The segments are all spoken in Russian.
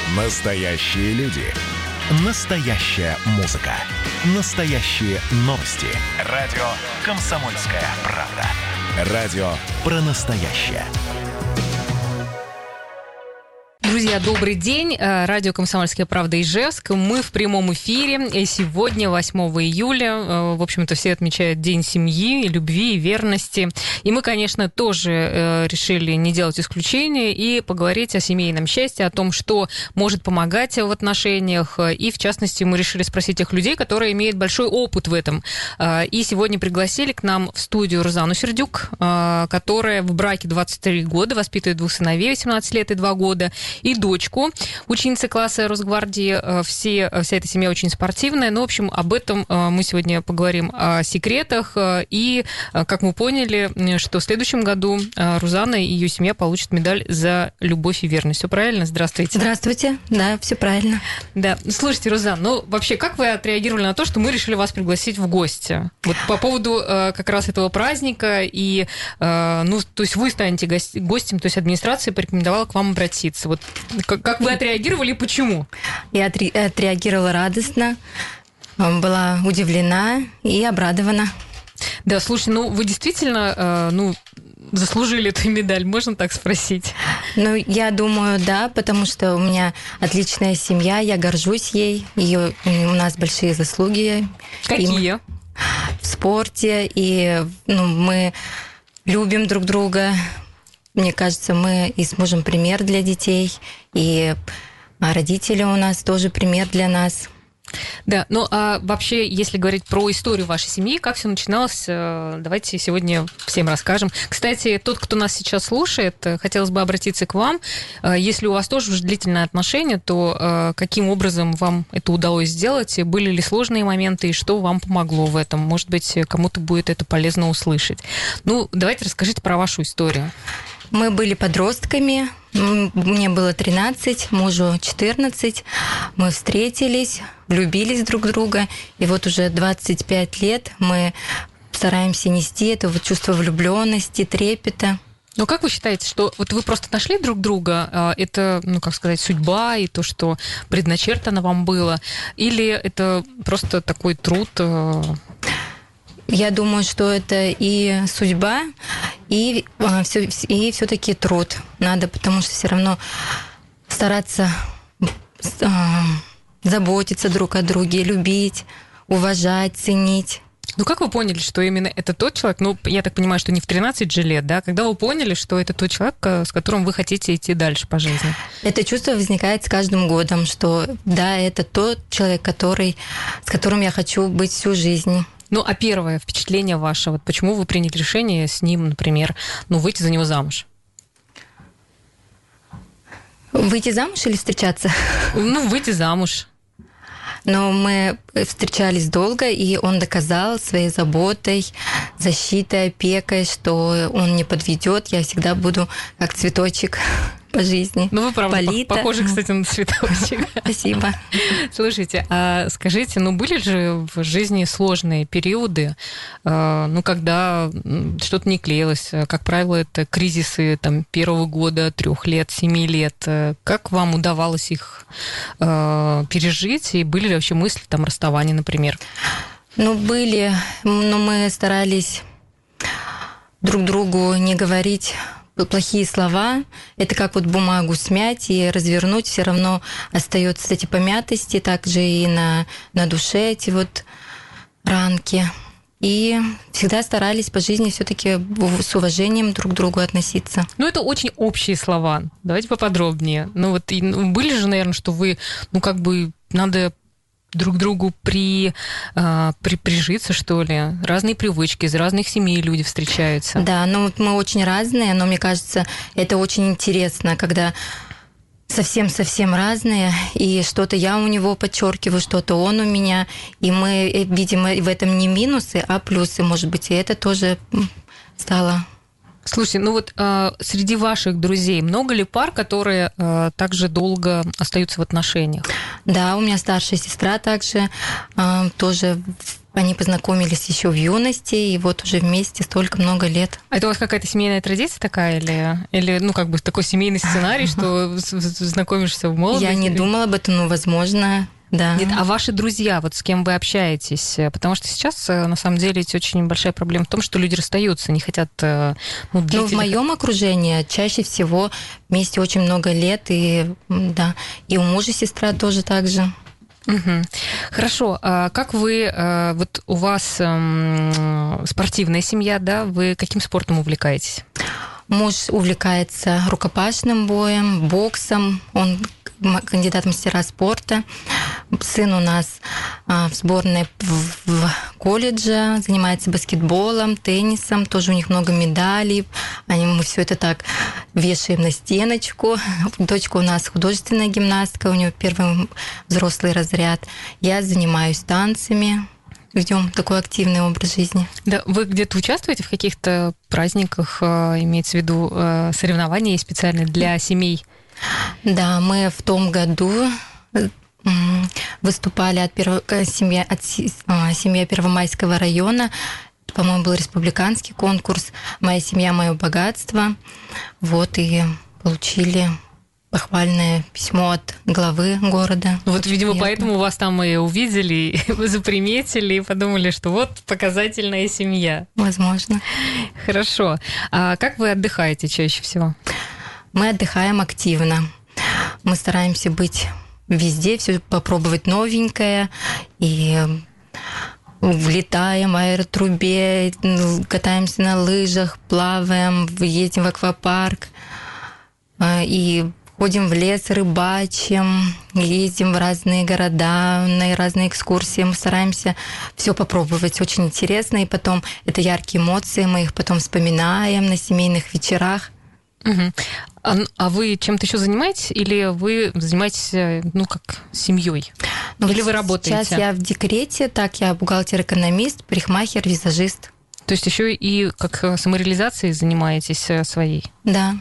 Настоящие люди. Настоящая музыка. Настоящие новости. Радио «Комсомольская правда». Радио про настоящее. Друзья, добрый день. Радио «Комсомольская правда» Ижевск. Мы в прямом эфире. И сегодня, 8 июля, в общем-то, все отмечают День семьи, любви и верности. И мы, конечно, тоже решили не делать исключения и поговорить о семейном счастье, о том, что может помогать в отношениях. И, в частности, мы решили спросить тех людей, которые имеют большой опыт в этом. И сегодня пригласили к нам в студию Рузанну Сердюк, которая в браке 23 года, воспитывает двух сыновей, 18 лет и 2 года, и дочку, ученица класса Росгвардии. Вся эта семья очень спортивная. Ну, в общем, об этом мы сегодня поговорим, о секретах. И, как мы поняли, что в следующем году Рузанна и ее семья получат медаль за любовь и верность. Все правильно? Здравствуйте. Здравствуйте. Да, все правильно. Да. Слушайте, Рузанна, ну, вообще, как вы отреагировали на то, что мы решили вас пригласить в гости? Вот по поводу как раз этого праздника. И, ну, то есть вы станете гостем, то есть администрация порекомендовала к вам обратиться. Вот как вы отреагировали и почему? Я отреагировала радостно, была удивлена и обрадована. Да, слушай, ну вы действительно, заслужили эту медаль, можно так спросить? Ну, я думаю, да, потому что у меня отличная семья, я горжусь ей, у нас большие заслуги. Какие? В спорте, и мы любим друг друга. Мне кажется, мы и с мужем пример для детей, и родители у нас тоже пример для нас. Да, ну а вообще, если говорить про историю вашей семьи, как все начиналось, давайте сегодня всем расскажем. Кстати, тот, кто нас сейчас слушает, хотелось бы обратиться к вам. Если у вас тоже уже длительные отношения, то каким образом вам это удалось сделать? Были ли сложные моменты и что вам помогло в этом? Может быть, кому-то будет это полезно услышать. Ну, давайте расскажите про вашу историю. Мы были подростками, мне было 13, мужу 14. Мы встретились, влюбились друг в друга, и вот уже 25 лет мы стараемся нести это вот чувство влюбленности, трепета. Ну, как вы считаете, что вот вы просто нашли друг друга, это, как сказать, судьба и то, что предначертано вам было, или это просто такой труд? Я думаю, что это и судьба, и все-таки труд надо, потому что все равно стараться заботиться друг о друге, любить, уважать, ценить. Ну, как вы поняли, что именно это тот человек, я так понимаю, что не в 13 же лет, да? Когда вы поняли, что это тот человек, с которым вы хотите идти дальше по жизни? Это чувство возникает с каждым годом, что да, это тот человек, с которым я хочу быть всю жизнь. Ну, а первое впечатление ваше, вот почему вы приняли решение с ним, например, выйти за него замуж? Выйти замуж или встречаться? Выйти замуж. Но мы встречались долго, и он доказал своей заботой, защитой, опекой, что он не подведет. Я всегда буду как цветочек по жизни. Вы, правда, похожи, кстати, на цветочек. Спасибо. Слушайте, а скажите, были же в жизни сложные периоды, когда что-то не клеилось? Как правило, это кризисы первого года, 3 лет, 7 лет. Как вам удавалось их пережить? И были ли вообще мысли расставания, например? Были, но мы старались друг другу не говорить плохие слова. Это как бумагу смять и развернуть, все равно остаются эти помятости, также и на душе эти ранки. И всегда старались по жизни все-таки с уважением друг к другу относиться. Это очень общие слова. Давайте поподробнее. Были же, наверное, что вы, надо друг другу прижиться, что ли. Разные привычки, из разных семей люди встречаются. Да, мы очень разные, но мне кажется, это очень интересно, когда совсем-совсем разные, и что-то я у него подчеркиваю, что-то он у меня, и мы видим в этом не минусы, а плюсы, может быть, и это тоже стало... Слушайте, среди ваших друзей много ли пар, которые также долго остаются в отношениях? Да, у меня старшая сестра также тоже они познакомились еще в юности, и вот уже вместе столько много лет. А это у вас какая-то семейная традиция такая, или ну, как бы такой семейный сценарий, что знакомишься в молодости? Я не думала об этом, но возможно... Да. Нет, а ваши друзья, вот с кем вы общаетесь? Потому что сейчас, на самом деле, ведь очень большая проблема в том, что люди расстаются, не хотят... Ну, в моем окружении чаще всего вместе очень много лет, и да, и у мужа сестра тоже так же. Угу. Хорошо. А как вы... Вот у вас спортивная семья, да? Вы каким спортом увлекаетесь? Муж увлекается рукопашным боем, боксом, он кандидат в мастера спорта. Сын у нас в сборной в колледже, занимается баскетболом, теннисом, тоже у них много медалей. Мы все это так вешаем на стеночку. Дочка у нас художественная гимнастка, у нее первый взрослый разряд. Я занимаюсь танцами. Ведем такой активный образ жизни. Да, вы где-то участвуете в каких-то праздниках, имеется в виду соревнования специальные для семей? Да, мы в том году выступали от семьи Первомайского района. По-моему, был республиканский конкурс «Моя семья, мое богатство». Вот, и получили похвальное письмо от главы города. Вот, видимо, поэтому вас там и увидели, заприметили, и подумали, что вот показательная семья. Возможно. Хорошо. А как вы отдыхаете чаще всего? Мы отдыхаем активно. Мы стараемся быть везде, все попробовать новенькое, и влетаем в аэротрубе, катаемся на лыжах, плаваем, едем в аквапарк, и ходим в лес, рыбачим, ездим в разные города, на разные экскурсии. Мы стараемся все попробовать. Очень интересно. И потом это яркие эмоции, мы их потом вспоминаем на семейных вечерах. Угу. А вы чем-то еще занимаетесь? Или вы занимаетесь, ну, как семьей? Или вы работаете? Сейчас я в декрете, так, я бухгалтер-экономист, парикмахер, визажист. То есть еще и как самореализацией занимаетесь своей? Да.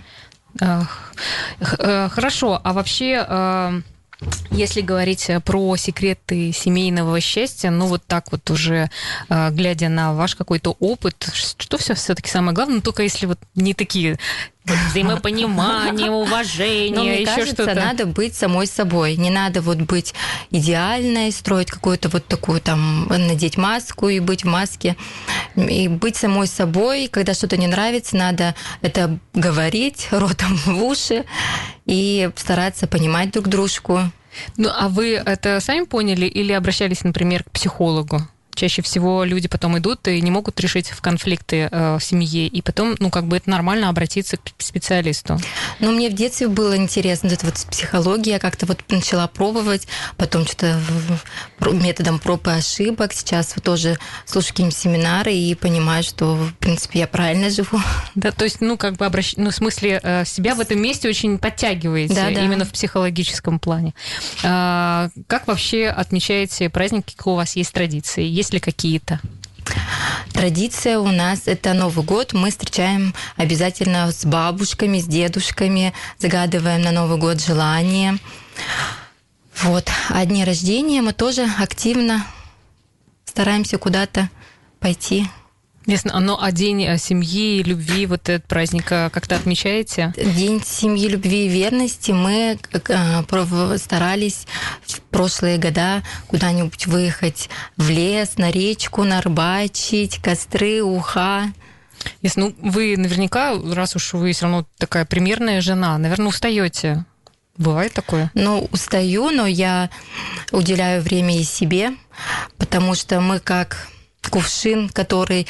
Хорошо, а вообще, если говорить про секреты семейного счастья, ну вот так вот уже, глядя на ваш какой-то опыт, что все-таки самое главное, ну только если вот не такие взаимопонимание, уважение, еще что-то. Надо быть самой собой. Не надо вот быть идеальной, строить какую-то вот такую там, надеть маску и быть в маске. И быть самой собой. Когда что-то не нравится, надо это говорить ротом в уши и стараться понимать друг дружку. Ну, а вы это сами поняли или обращались, например, к психологу? Чаще всего люди потом идут и не могут решить в конфликты в семье, и потом, ну, как бы это нормально обратиться к специалисту. Ну, мне в детстве было интересно, это вот психология, я как-то вот начала пробовать, потом что-то методом проб и ошибок. Сейчас вот тоже слушаю какие-нибудь семинары и понимаю, что, в принципе, я правильно живу. Да, то есть, ну, как бы ну, в смысле, себя в этом месте очень подтягиваете, да, именно в психологическом плане. Как вообще отмечаете праздники, какие у вас есть традиции? Есть ли какие-то? Традиция у нас – это Новый год. Мы встречаем обязательно с бабушками, с дедушками, загадываем на Новый год желания. Вот. А дни рождения мы тоже активно стараемся куда-то пойти. Ясно. Ну, а День семьи и любви, вот этот праздник как-то отмечаете? День семьи, любви и верности мы старались в прошлые года куда-нибудь выехать в лес, на речку, нарбачить, костры, уха. Ясно. Ну, вы наверняка, раз уж вы все равно такая примерная жена, наверное, устаете. Бывает такое? Ну, устаю, но я уделяю время и себе, потому что мы как кувшин, который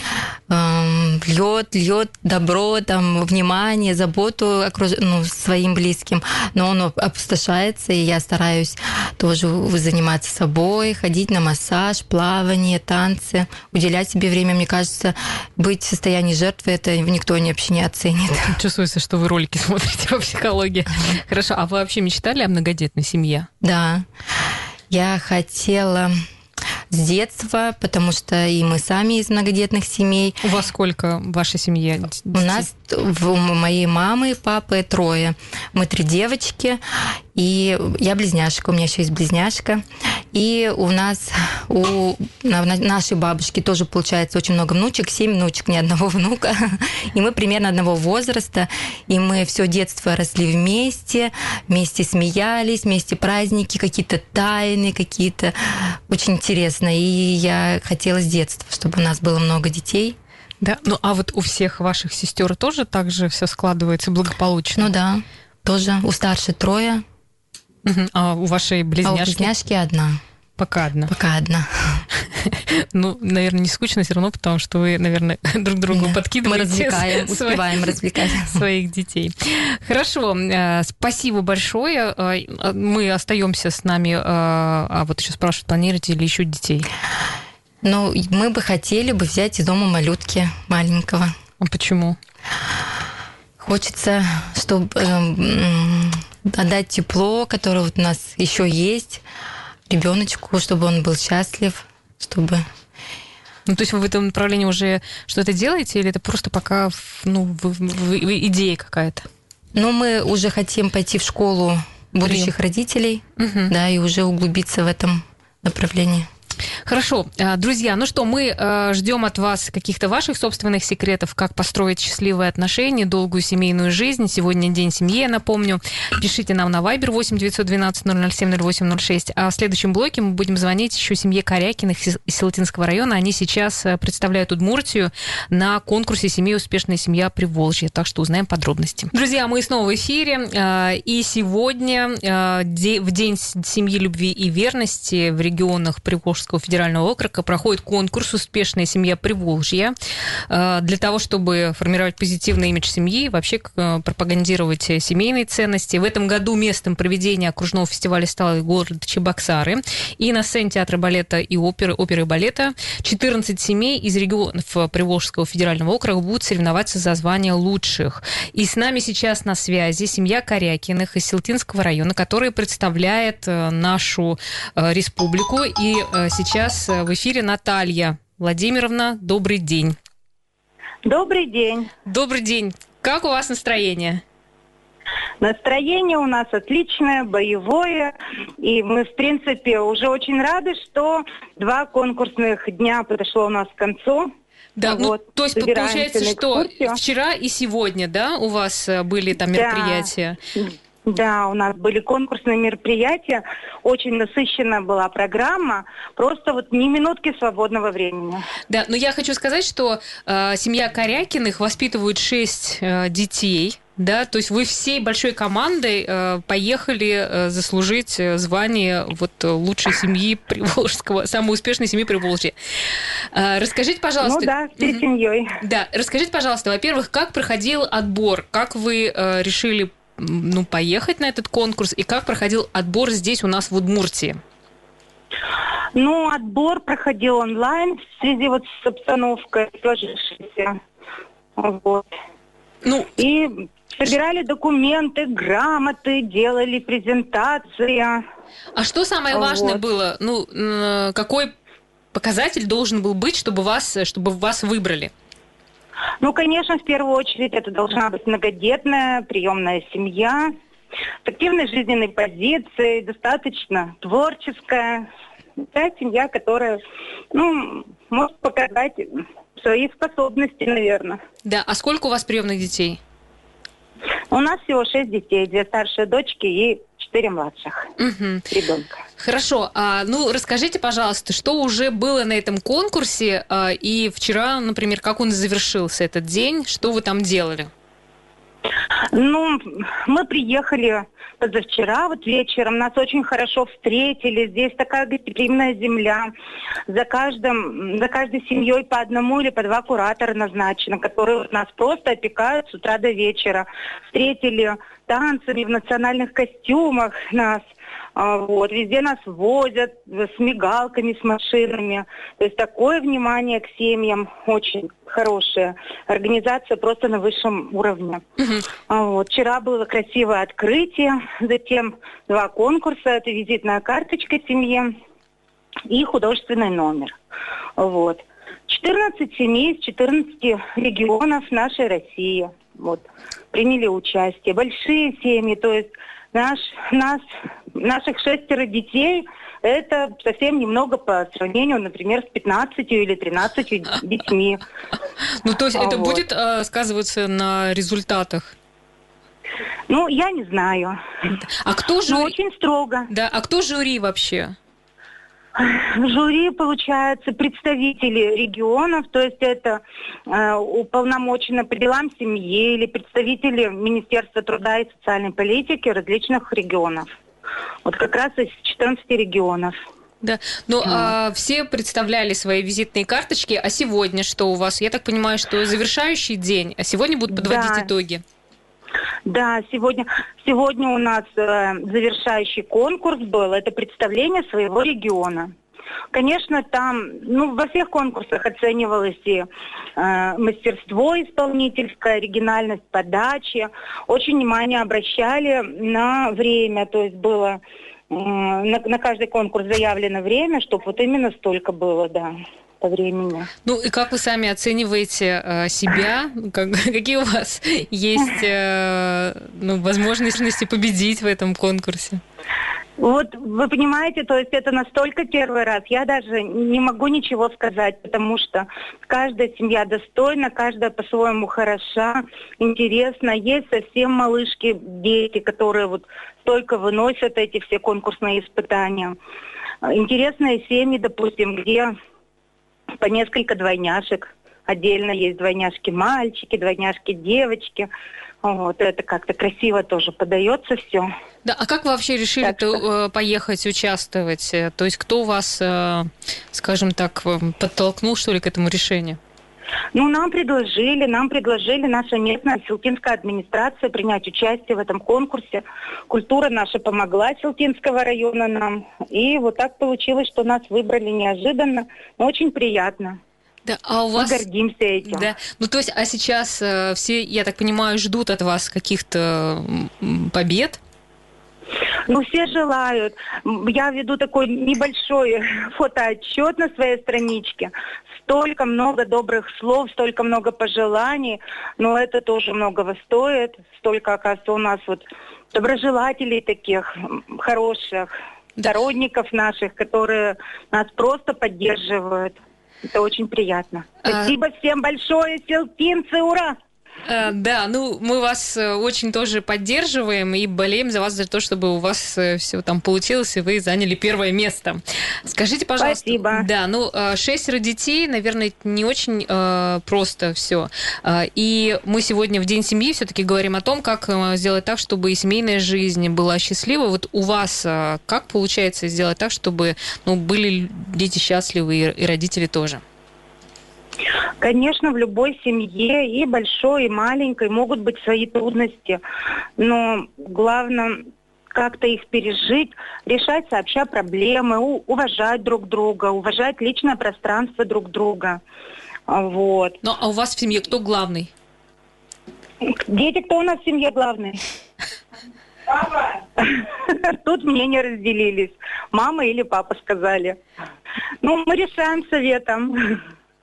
льет добро, там, внимание, заботу своим близким, но он опустошается, и я стараюсь тоже заниматься собой, ходить на массаж, плавание, танцы, уделять себе время. Мне кажется, быть в состоянии жертвы, это никто вообще не оценит. Чувствуется, что вы ролики смотрите по психологии. Хорошо, а вы вообще мечтали о многодетной семье? Да, я хотела с детства, потому что и мы сами из многодетных семей. У вас сколько в вашей семье? У нас, у моей мамы и папы 3. Мы 3 девочки, и я близняшка, у меня еще есть близняшка. И у нас, у нашей бабушки тоже получается очень много внучек, 7 внучек, ни одного внука. И мы примерно одного возраста. И мы все детство росли вместе смеялись, вместе праздники, какие-то тайны, какие-то очень интересно. И я хотела с детства, чтобы у нас было много детей. Да, ну а вот у всех ваших сестер тоже так же все складывается благополучно? Ну да, тоже. У старшей 3. А у вашей близняшки? А у близняшки 1. Пока одна. Пока 1. Ну, наверное, не скучно все равно, потому что вы, наверное, друг другу подкидываете. Мы развлекаем, успеваем развлекать своих детей. Хорошо, спасибо большое. Мы остаемся с нами. А вот еще спрашивают, планируете ли еще детей? Ну, мы бы хотели бы взять из дома малютки маленького. А почему? Хочется, чтобы отдать тепло, которое вот у нас еще есть, ребеночку, чтобы он был счастлив, чтобы... Ну, то есть вы в этом направлении уже что-то делаете, или это просто пока идея какая-то? Ну, мы уже хотим пойти в школу будущих родителей, да, и уже углубиться в этом направлении. Хорошо. Друзья, ну что, мы ждем от вас каких-то ваших собственных секретов, как построить счастливые отношения, долгую семейную жизнь. Сегодня День семьи, я напомню. Пишите нам на Viber 8 912 007 08 06. А в следующем блоке мы будем звонить еще семье Корякиных из Силатинского района. Они сейчас представляют Удмуртию на конкурсе «Семья. Успешная семья Приволжья». Так что узнаем подробности. Друзья, мы снова в эфире. И сегодня, в День семьи, любви и верности, в регионах Приволжского федерального округа проходит конкурс «Успешная семья Приволжья» для того, чтобы формировать позитивный имидж семьи и вообще пропагандировать семейные ценности. В этом году местом проведения окружного фестиваля стал город Чебоксары. И на сцене театра балета и оперы и балета 14 семей из регионов Приволжского федерального округа будут соревноваться за звание лучших. И с нами сейчас на связи семья Корякиных из Силатинского района, которая представляет нашу республику. И сейчас в эфире Наталья Владимировна. Добрый день. Добрый день. Добрый день. Как у вас настроение? Настроение у нас отличное, боевое. И мы, в принципе, уже очень рады, что 2 конкурсных дня подошло у нас к концу. Да, вот, то есть получается, что вчера и сегодня, да, у вас были там мероприятия? Да, у нас были конкурсные мероприятия, очень насыщенная была программа, просто вот ни минутки свободного времени. Да, но я хочу сказать, что семья Корякиных воспитывает 6 детей, да, то есть вы всей большой командой поехали заслужить звание вот лучшей семьи Приволжского, самой успешной семьи Приволжья. Расскажите, пожалуйста... Ну да, всей семьей. Да, расскажите, пожалуйста, во-первых, как проходил отбор, как вы решили поехать на этот конкурс, и как проходил отбор здесь у нас в Удмуртии? Ну, отбор проходил онлайн в связи вот с обстановкой сложившейся. Вот. И собирали документы, грамоты, делали презентации. А что самое важное было? Какой показатель должен был быть, чтобы вас выбрали? Ну, конечно, в первую очередь это должна быть многодетная, приемная семья, с активной жизненной позицией, достаточно творческая. Та семья, которая, может показать свои способности, наверное. Да, а сколько у вас приемных детей? У нас всего 6 детей, 2 старшие дочки и 4 младших ребенка. Хорошо. Расскажите, пожалуйста, что уже было на этом конкурсе, и вчера, например, как он завершился этот день, что вы там делали? Мы приехали позавчера, вот вечером, нас очень хорошо встретили, здесь такая гостеприимная земля, за каждой семьей по 1 или по 2 куратора назначено, которые нас просто опекают с утра до вечера. Встретили танцами в национальных костюмах нас. Везде нас возят с мигалками, с машинами. То есть такое внимание к семьям, очень хорошая организация, просто на высшем уровне. Вчера было красивое открытие, затем 2 конкурса, это визитная карточка семьи и художественный номер. 14 семей из 14 регионов нашей России приняли участие. Большие семьи, то есть наших 6 детей это совсем немного по сравнению, например, с 15 или 13 детьми. Ну, то есть это будет сказываться на результатах? Ну, я не знаю. А кто жюри? Но очень строго. Да, а кто жюри вообще? В жюри, получается, представители регионов, то есть это уполномоченные по делам семьи или представители Министерства труда и социальной политики различных регионов. Вот как раз из 14 регионов. Да, ну все представляли свои визитные карточки, а сегодня что у вас? Я так понимаю, что завершающий день, а сегодня будут подводить итоги. Да, сегодня у нас завершающий конкурс был, это представление своего региона. Конечно, там, во всех конкурсах оценивалось и мастерство исполнительское, оригинальность подачи. Очень внимание обращали на время, то есть было на каждый конкурс заявлено время, чтобы вот именно столько было, да. По времени. Ну и как вы сами оцениваете себя? Какие у вас есть возможности победить в этом конкурсе? Вот вы понимаете, то есть это настолько первый раз, я даже не могу ничего сказать, потому что каждая семья достойна, каждая по-своему хороша, интересна. Есть совсем малышки, дети, которые вот только выносят эти все конкурсные испытания. Интересные семьи, допустим, где по несколько двойняшек. Отдельно есть двойняшки-мальчики, двойняшки-девочки. Вот это как-то красиво тоже подается все. Да, а как вы вообще решили поехать участвовать? То есть кто вас, скажем так, подтолкнул, что ли, к этому решению? Нам предложили наша местная селтинская администрация принять участие в этом конкурсе. Культура наша помогла Селтинского района нам. И вот так получилось, что нас выбрали неожиданно, но очень приятно. Да, а у вас... Мы гордимся этим. Да. То есть, а сейчас все, я так понимаю, ждут от вас каких-то побед? Все желают. Я веду такой небольшой фотоотчет на своей страничке. Столько много добрых слов, столько много пожеланий, но это тоже многого стоит. Столько, оказывается, у нас вот доброжелателей таких хороших, сторонников наших, которые нас просто поддерживают. Это очень приятно. Спасибо всем большое, селтинцы, ура! Да, мы вас очень тоже поддерживаем и болеем за вас, за то, чтобы у вас все там получилось, и вы заняли первое место. Скажите, пожалуйста. Спасибо. Да, 6 детей, наверное, не очень просто все. И мы сегодня в День семьи все-таки говорим о том, как сделать так, чтобы и семейная жизнь была счастливой. Вот у вас как получается сделать так, чтобы были дети счастливы и родители тоже? Конечно, в любой семье, и большой, и маленькой, могут быть свои трудности, но главное как-то их пережить, решать сообща проблемы, уважать друг друга, уважать личное пространство друг друга. Вот. А у вас в семье кто главный? Дети, кто у нас в семье главный? Папа! Тут мнения разделились. Мама или папа сказали. Мы решаем советом.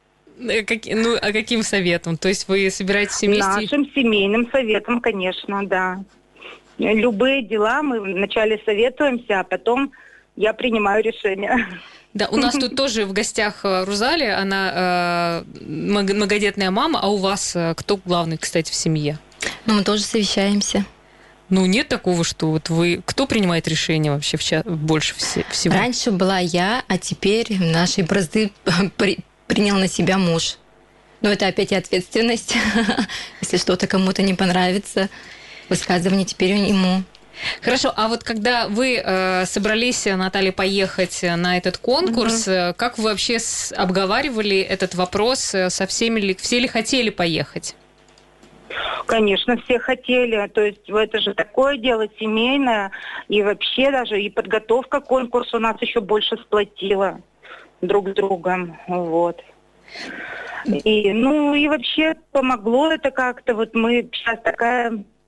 А каким советом? То есть вы собираетесь вместе? Нашим семейным советом, конечно, да. Любые дела мы вначале советуемся, а потом я принимаю решение. Да, у нас тут тоже в гостях Рузалия, она многодетная мама, а у вас кто главный, кстати, в семье? Мы тоже совещаемся. Нет такого, что вот вы... Кто принимает решение вообще больше всего? Раньше была я, а теперь наши бразды принял на себя муж. Но это опять и ответственность. Если что-то кому-то не понравится, высказывание теперь ему. Хорошо, а вот когда вы собрались, Наталья, поехать на этот конкурс, как вы вообще обговаривали этот вопрос со всеми? Все ли хотели поехать? Конечно, все хотели. То есть это же такое дело семейное. И вообще даже и подготовка к конкурсу нас еще больше сплотила друг с другом. Вот. И вообще помогло это как-то. Вот мы сейчас такая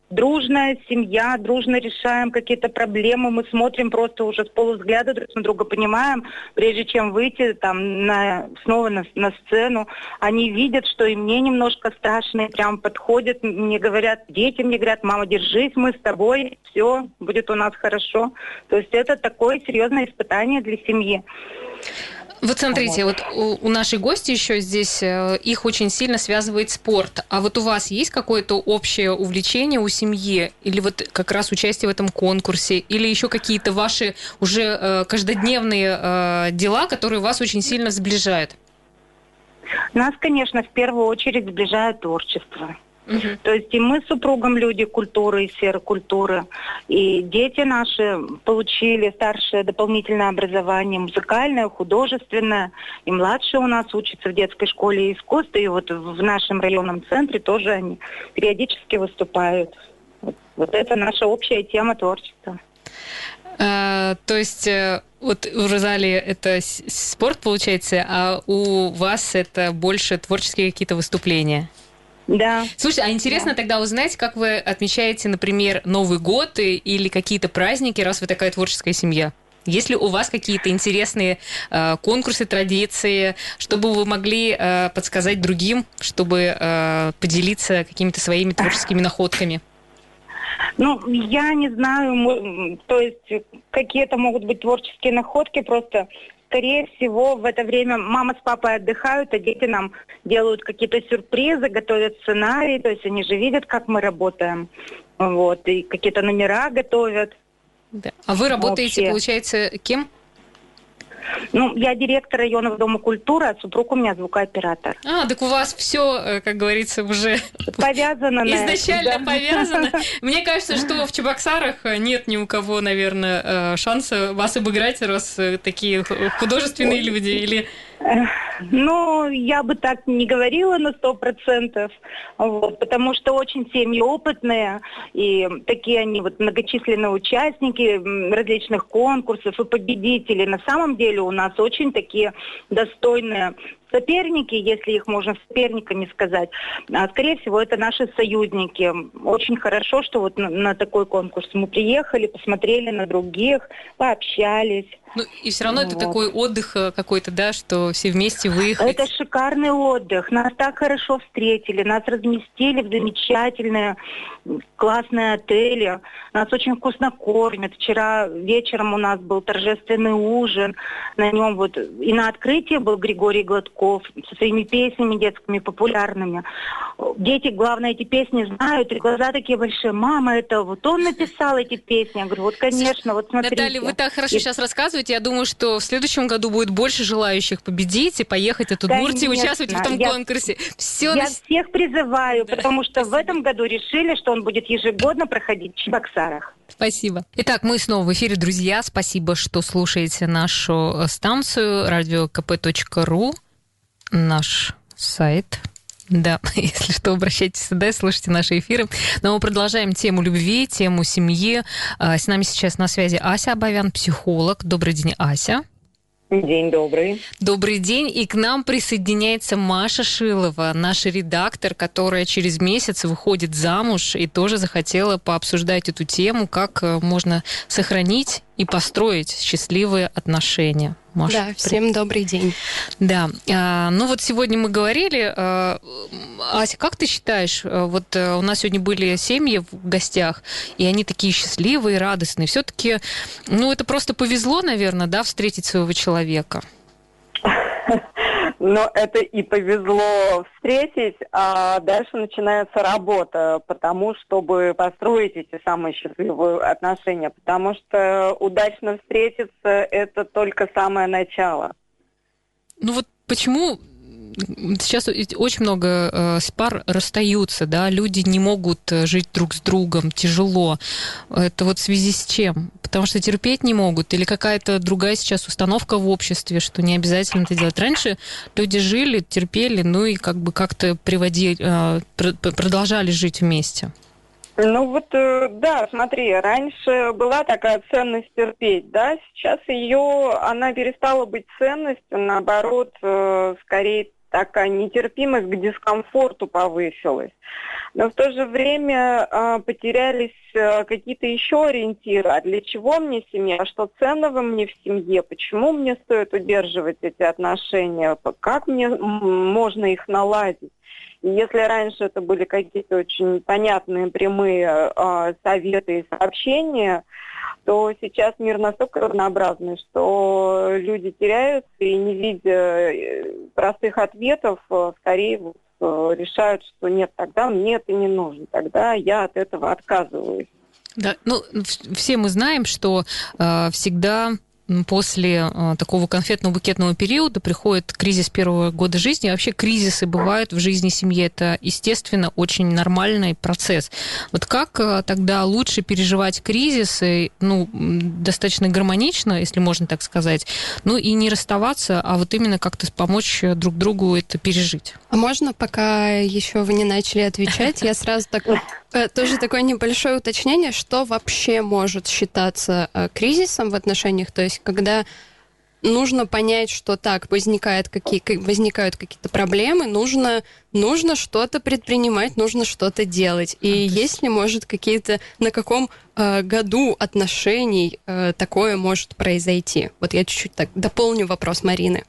дружная семья, дружно решаем какие-то проблемы, мы смотрим просто уже с полувзгляда друг на друга, понимаем, прежде чем выйти там снова на сцену, они видят, что и мне немножко страшно, и прям подходят, мне говорят, дети мне говорят, мама, держись, мы с тобой, все, будет у нас хорошо. То есть это такое серьезное испытание для семьи. Вот смотрите, вот у нашей гости еще здесь, их очень сильно связывает спорт. А вот у вас есть какое-то общее увлечение у семьи? Или вот как раз участие в этом конкурсе? Или еще какие-то ваши уже каждодневные дела, которые вас очень сильно сближают? Нас, конечно, в первую очередь сближает творчество. То есть и мы с супругом люди культуры и сферы культуры, и дети наши получили старшее дополнительное образование музыкальное, художественное, и младшие у нас учатся в детской школе искусств, и вот в нашем районном центре тоже они периодически выступают. Вот это наша общая тема творчества. То есть вот у Розалии это спорт, получается, а у вас это больше творческие какие-то выступления? Да. Слушайте, а интересно тогда узнать, как вы отмечаете, например, Новый год или какие-то праздники, раз вы такая творческая семья? Есть ли у вас какие-то интересные конкурсы, традиции, чтобы вы могли подсказать другим, чтобы поделиться какими-то своими творческими находками? Ну, я не знаю, то есть какие-то могут быть творческие находки, просто... Скорее всего, в это время мама с папой отдыхают, а дети нам делают какие-то сюрпризы, готовят сценарий, то есть они же видят, как мы работаем, вот, и какие-то номера готовят. Да. А вы работаете, получается, кем? Ну, я директор районного дома культуры, а супруг у меня звукооператор. Так у вас все, как говорится, уже повязано изначально повязано. Мне кажется, что в Чебоксарах нет ни у кого, наверное, шанса вас обыграть, раз такие художественные люди, или... Ну, я бы так не говорила на 100%, вот, потому что очень семьи опытные, и такие они вот многочисленные участники различных конкурсов и победители. На самом деле у нас очень такие достойные соперники, если их можно соперниками сказать. А, скорее всего, это наши союзники. Очень хорошо, что вот на такой конкурс мы приехали, посмотрели на других, пообщались. Ну, и все равно это такой отдых какой-то, да, что все вместе выехали. Это шикарный отдых. Нас так хорошо встретили, нас разместили в замечательные, классные отели. Нас очень вкусно кормят. Вчера вечером у нас был торжественный ужин. На нем вот и на открытии был Григорий Гладков со своими песнями детскими, популярными. Дети, главное, эти песни знают, и глаза такие большие. Мама, это вот он написал эти песни. Я говорю, вот, конечно, вот смотрите. Наталья, вы так хорошо сейчас рассказываете. Я думаю, что в следующем году будет больше желающих победить и поехать от Удмуртии, участвовать в этом конкурсе. Я всех призываю, потому что в этом году решили, что он будет ежегодно проходить в Чебоксарах. Спасибо. Итак, мы снова в эфире, друзья. Спасибо, что слушаете нашу станцию radiokp.ru, наш сайт. Да, если что, обращайтесь сюда и слушайте наши эфиры. Но мы продолжаем тему любви, тему семьи. С нами сейчас на связи Ася Абовян, психолог. Добрый день, Ася. День добрый. Добрый день. И к нам присоединяется Маша Шилова, наш редактор, которая через месяц выходит замуж и тоже захотела пообсуждать эту тему, как можно сохранить и построить счастливые отношения. Маша, да, всем добрый день. Да, ну вот сегодня мы говорили. Ася, как ты считаешь, вот у нас сегодня были семьи в гостях, и они такие счастливые, радостные. Все-таки, ну это просто повезло, наверное, да, встретить своего человека? Но это и повезло встретить, а дальше начинается работа по тому, чтобы построить эти самые счастливые отношения, потому что удачно встретиться – это только самое начало. Ну вот почему сейчас очень много пар расстаются, да, люди не могут жить друг с другом, тяжело. Это вот в связи с чем? Потому что терпеть не могут? Или какая-то другая сейчас установка в обществе, что не обязательно это делать? Раньше люди жили, терпели, ну и как бы как-то продолжали жить вместе. Ну вот, да, смотри, раньше была такая ценность терпеть, да, сейчас она перестала быть ценностью, наоборот, скорее такая нетерпимость к дискомфорту повысилась. Но в то же время потерялись какие-то еще ориентиры. А для чего мне семья? Что ценного мне в семье? Почему мне стоит удерживать эти отношения? Как мне можно их наладить? И если раньше это были какие-то очень понятные, прямые советы и сообщения, то сейчас мир настолько разнообразный, что люди теряются и, не видя простых ответов, скорее решают, что нет, тогда мне это не нужно, тогда я от этого отказываюсь. Да, ну, все мы знаем, что всегда после такого конфетно-букетного периода приходит кризис первого года жизни. И вообще кризисы бывают в жизни семьи. Это, естественно, очень нормальный процесс. Вот как тогда лучше переживать кризисы, ну, достаточно гармонично, если можно так сказать, ну и не расставаться, а вот именно как-то помочь друг другу это пережить? А можно, пока еще вы не начали отвечать, я сразу так... Тоже такое небольшое уточнение, что вообще может считаться кризисом в отношениях, то есть когда нужно понять, что так, возникают какие-то проблемы, нужно что-то предпринимать, нужно что-то делать. И есть ли, может, какие-то, на каком году отношений такое может произойти? Вот я чуть-чуть так дополню вопрос Марины.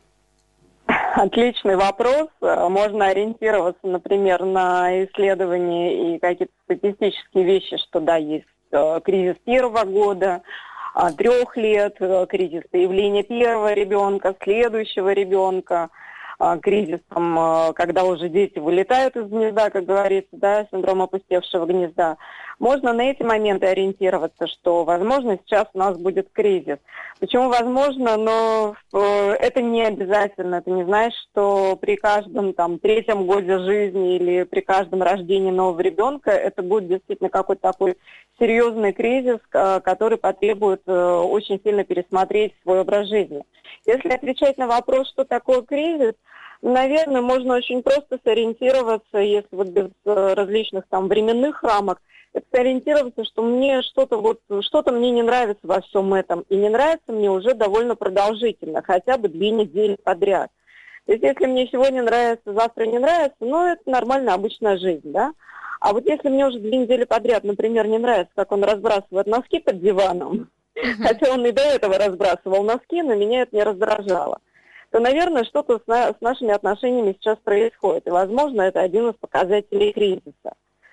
Отличный вопрос. Можно ориентироваться, например, на исследования и какие-то статистические вещи, что да, есть кризис первого года, 3 лет, кризис появления первого ребенка, следующего ребенка, кризис, когда уже дети вылетают из гнезда, как говорится, да, синдром опустевшего гнезда. Можно на эти моменты ориентироваться, что, возможно, сейчас у нас будет кризис. Почему возможно? Но это не обязательно. Это не значит, что при каждом 3-м годе жизни или при каждом рождении нового ребенка это будет действительно какой-то такой серьезный кризис, который потребует очень сильно пересмотреть свой образ жизни. Если отвечать на вопрос, что такое кризис, наверное, можно очень просто сориентироваться, если вот без различных временных рамок, это сориентироваться, что мне что-то мне не нравится во всем этом. И не нравится мне уже довольно продолжительно, хотя бы 2 недели подряд. То есть если мне сегодня нравится, завтра не нравится, это нормальная обычная жизнь, да? А вот если мне уже 2 недели подряд, например, не нравится, как он разбрасывает носки под диваном, хотя он и до этого разбрасывал носки, но меня это не раздражало, то, наверное, что-то с нашими отношениями сейчас происходит. И, возможно, это один из показателей кризиса.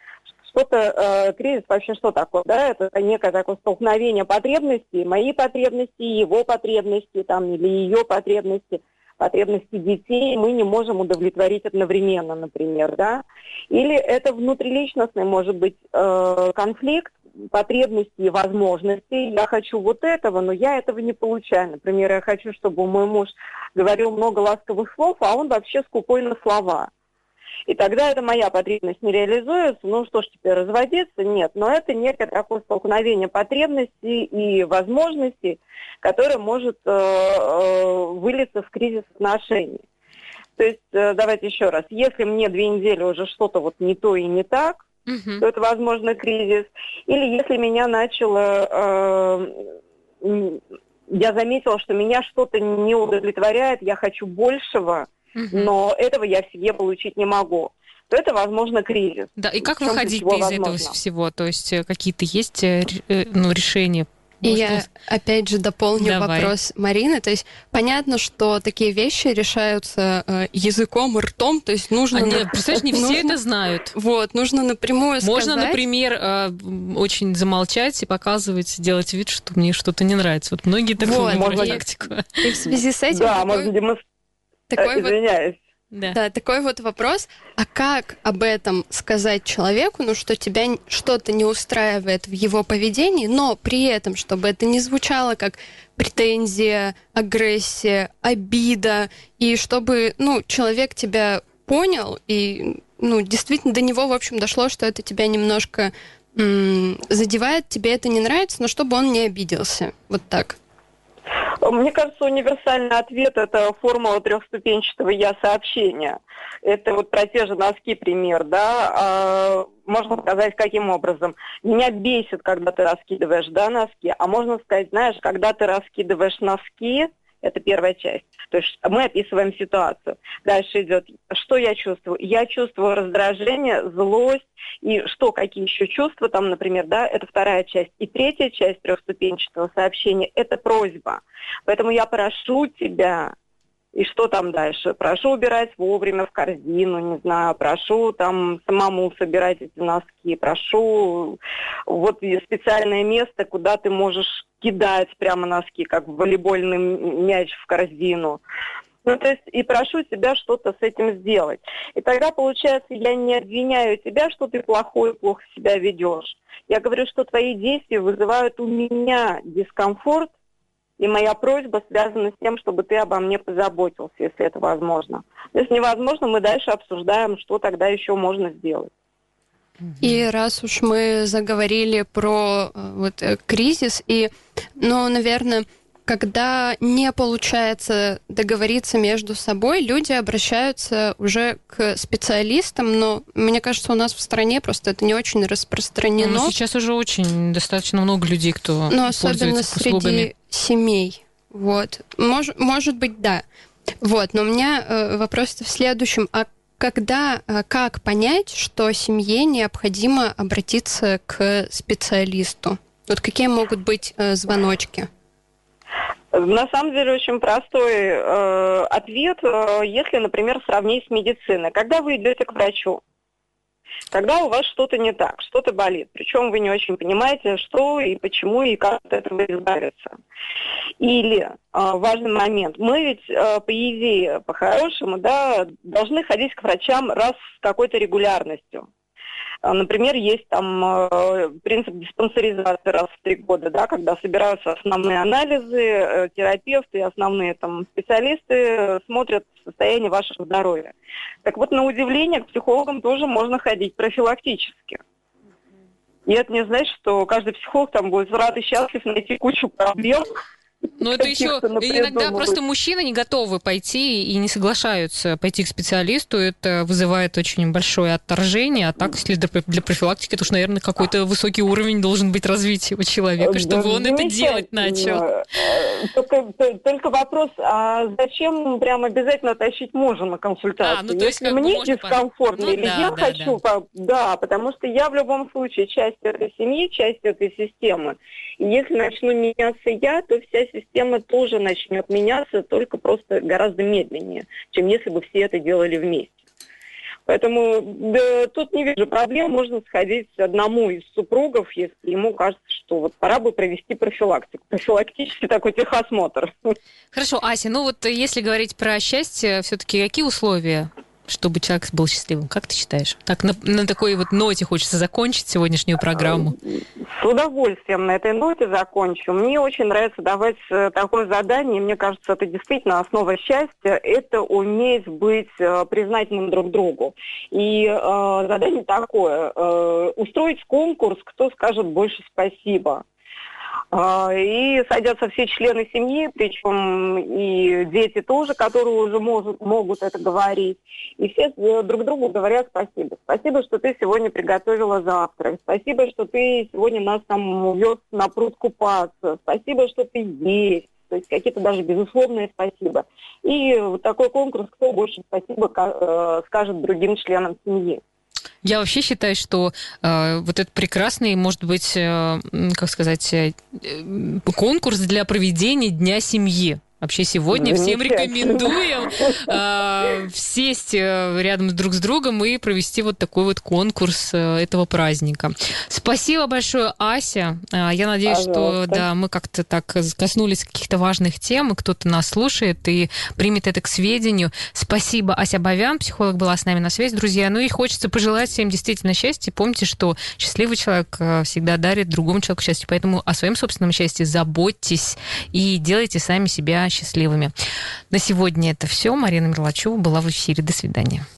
Кризис вообще что такое? Да? Это некое такое столкновение потребностей, мои потребности, его потребности, или ее потребности детей мы не можем удовлетворить одновременно, например, да? Или это внутриличностный, может быть, конфликт потребностей и возможностей. Я хочу вот этого, но я этого не получаю. Например, я хочу, чтобы мой муж говорил много ласковых слов, а он вообще скупой на слова. И тогда эта моя потребность не реализуется. Что ж теперь, разводиться? Нет. Но это некое такое столкновение потребностей и возможностей, которое может вылиться в кризис отношений. То есть, давайте еще раз. Если мне 2 недели уже что-то не то и не так, то это, возможно, кризис. Или если меня я заметила, что меня что-то не удовлетворяет, я хочу большего, но этого я в себе получить не могу, то это, возможно, кризис. Да, и как выходить из этого всего? То есть какие-то есть решения? И я, опять же, дополню вопрос Марины. То есть понятно, что такие вещи решаются языком, ртом, то есть нужно... Представляешь, не все это знают. Нужно напрямую сказать. Можно, например, очень замолчать и показывать, делать вид, что мне что-то не нравится. Вот многие такую практику. И в связи с этим... Да, можно извиняюсь. Да, такой вот вопрос. А как об этом сказать человеку, что тебя что-то не устраивает в его поведении, но при этом, чтобы это не звучало как претензия, агрессия, обида, и чтобы, человек тебя понял, и, действительно до него, в общем, дошло, что это тебя немножко задевает, тебе это не нравится, но чтобы он не обиделся. Вот так. Мне кажется, универсальный ответ – это формула 3-ступенчатого «я-сообщения». Это про те же носки пример, да. Можно сказать, каким образом. Меня бесит, когда ты раскидываешь, носки. А можно сказать, знаешь, когда ты раскидываешь носки, Это первая часть. То есть мы описываем ситуацию. Дальше идет, что я чувствую? Я чувствую раздражение, злость, и что, какие еще чувства там, например, да, это вторая часть. И третья часть трехступенчатого сообщения – это просьба. Поэтому я прошу тебя. И что там дальше? Прошу убирать вовремя в корзину, не знаю, прошу там самому собирать эти носки, прошу вот специальное место, куда ты можешь кидать прямо носки, как волейбольный мяч в корзину. Ну, то есть, и прошу тебя что-то с этим сделать. И тогда, получается, я не обвиняю тебя, что ты плохо себя ведешь. Я говорю, что твои действия вызывают у меня дискомфорт, и моя просьба связана с тем, чтобы ты обо мне позаботился, если это возможно. Если невозможно, мы дальше обсуждаем, что тогда еще можно сделать. И раз уж мы заговорили про кризис, наверное, когда не получается договориться между собой, люди обращаются уже к специалистам, но мне кажется, у нас в стране просто это не очень распространено. Но сейчас уже очень достаточно много людей, кто пользуется услугами. Особенно среди семей. Вот. Может быть, да. Вот. Но у меня вопрос в следующем. А как понять, что семье необходимо обратиться к специалисту? Вот какие могут быть звоночки? На самом деле очень простой ответ, если, например, сравнить с медициной. Когда вы идете к врачу, когда у вас что-то не так, что-то болит, причем вы не очень понимаете, что и почему, и как от этого избавиться. Или важный момент, мы ведь, по идее, по-хорошему, да, должны ходить к врачам раз с какой-то регулярностью. Например, есть там принцип диспансеризации раз в 3 года, да, когда собираются основные анализы, терапевты и основные там специалисты смотрят состояние вашего здоровья. Так вот, на удивление, к психологам тоже можно ходить профилактически. И это не значит, что каждый психолог там будет рад и счастлив найти кучу проблем. Но это еще иногда просто мужчины не готовы пойти и не соглашаются пойти к специалисту. Это вызывает очень большое отторжение. А так, если для профилактики, то уж, наверное, какой-то высокий уровень должен быть развития у человека, чтобы он это делать начал. Только вопрос, а зачем прям обязательно тащить мужа на консультацию? Если мне дискомфортно, или я хочу... Да, потому что я в любом случае часть этой семьи, часть этой системы. И если начну меняться я, то вся система тоже начнет меняться, только просто гораздо медленнее, чем если бы все это делали вместе. Поэтому тут не вижу проблем, можно сходить одному из супругов, если ему кажется, что вот пора бы провести профилактический такой техосмотр. Хорошо, Ася, если говорить про счастье, все-таки какие условия, чтобы человек был счастливым? Как ты считаешь? Так, на такой вот ноте хочется закончить сегодняшнюю программу. С удовольствием на этой ноте закончу. Мне очень нравится давать такое задание. Мне кажется, это действительно основа счастья. Это уметь быть признательным друг другу. И задание такое. Устроить конкурс, кто скажет больше спасибо. И садятся все члены семьи, причем и дети тоже, которые уже могут это говорить. И все друг другу говорят спасибо. Спасибо, что ты сегодня приготовила завтрак. Спасибо, что ты сегодня нас там увез на пруд купаться. Спасибо, что ты есть. То есть какие-то даже безусловные спасибо. И вот такой конкурс, кто больше спасибо скажет другим членам семьи. Я вообще считаю, что вот этот прекрасный, может быть, конкурс для проведения Дня семьи. Вообще сегодня всем рекомендуем сесть рядом друг с другом и провести вот такой вот конкурс этого праздника. Спасибо большое, Ася. Я надеюсь, что мы как-то так коснулись каких-то важных тем, и кто-то нас слушает и примет это к сведению. Спасибо, Ася Бавян, психолог, была с нами на связи, друзья. И хочется пожелать всем действительно счастья. Помните, что счастливый человек всегда дарит другому человеку счастье. Поэтому о своем собственном счастье заботьтесь и делайте сами себя счастливыми. На сегодня это все. Марина Мерлачева была в эфире. До свидания.